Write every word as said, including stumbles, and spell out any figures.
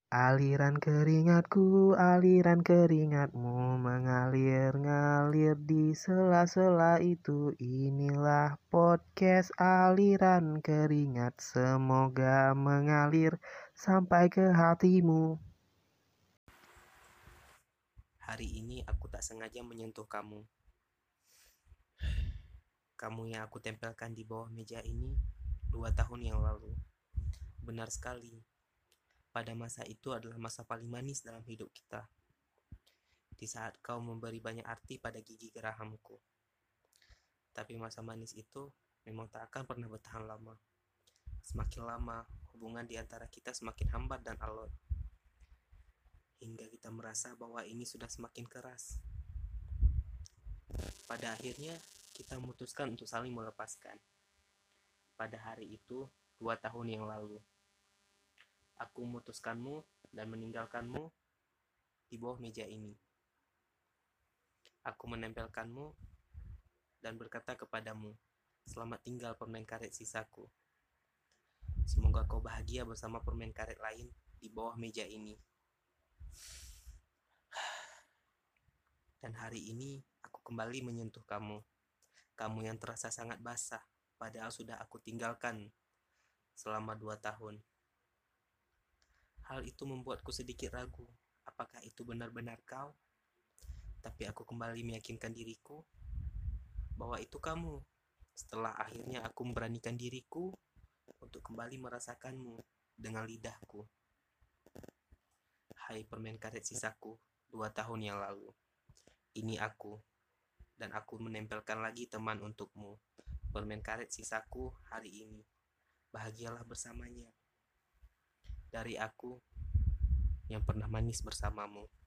Aliran keringatku, aliran keringatmu mengalir-ngalir di sela-sela itu. Inilah podcast aliran keringat, semoga mengalir sampai ke hatimu. Hari ini aku tak sengaja menyentuh kamu. Kamu yang aku tempelkan di bawah meja ini dua tahun yang lalu. Benar sekali, pada masa itu adalah masa paling manis dalam hidup kita. Di saat kau memberi banyak arti pada gigi gerahamku. Tapi masa manis itu memang tak akan pernah bertahan lama. Semakin lama, hubungan di antara kita semakin hambar dan alot. Hingga kita merasa bahwa ini sudah semakin keras. Pada akhirnya, kita memutuskan untuk saling melepaskan. Pada hari itu, dua tahun yang lalu, aku memutuskanmu dan meninggalkanmu di bawah meja ini. Aku menempelkanmu dan berkata kepadamu, selamat tinggal permen karet sisaku. Semoga kau bahagia bersama permen karet lain di bawah meja ini. Dan hari ini aku kembali menyentuh kamu. Kamu yang terasa sangat basah, padahal sudah aku tinggalkan selama dua tahun. Hal itu membuatku sedikit ragu, apakah itu benar-benar kau? Tapi aku kembali meyakinkan diriku bahwa itu kamu. Setelah akhirnya aku memberanikan diriku untuk kembali merasakanmu dengan lidahku. Hai permen karet sisaku dua tahun yang lalu. Ini aku, dan aku menempelkan lagi teman untukmu. Permen karet sisaku hari ini. Bahagialah bersamanya. Dari aku yang pernah manis bersamamu.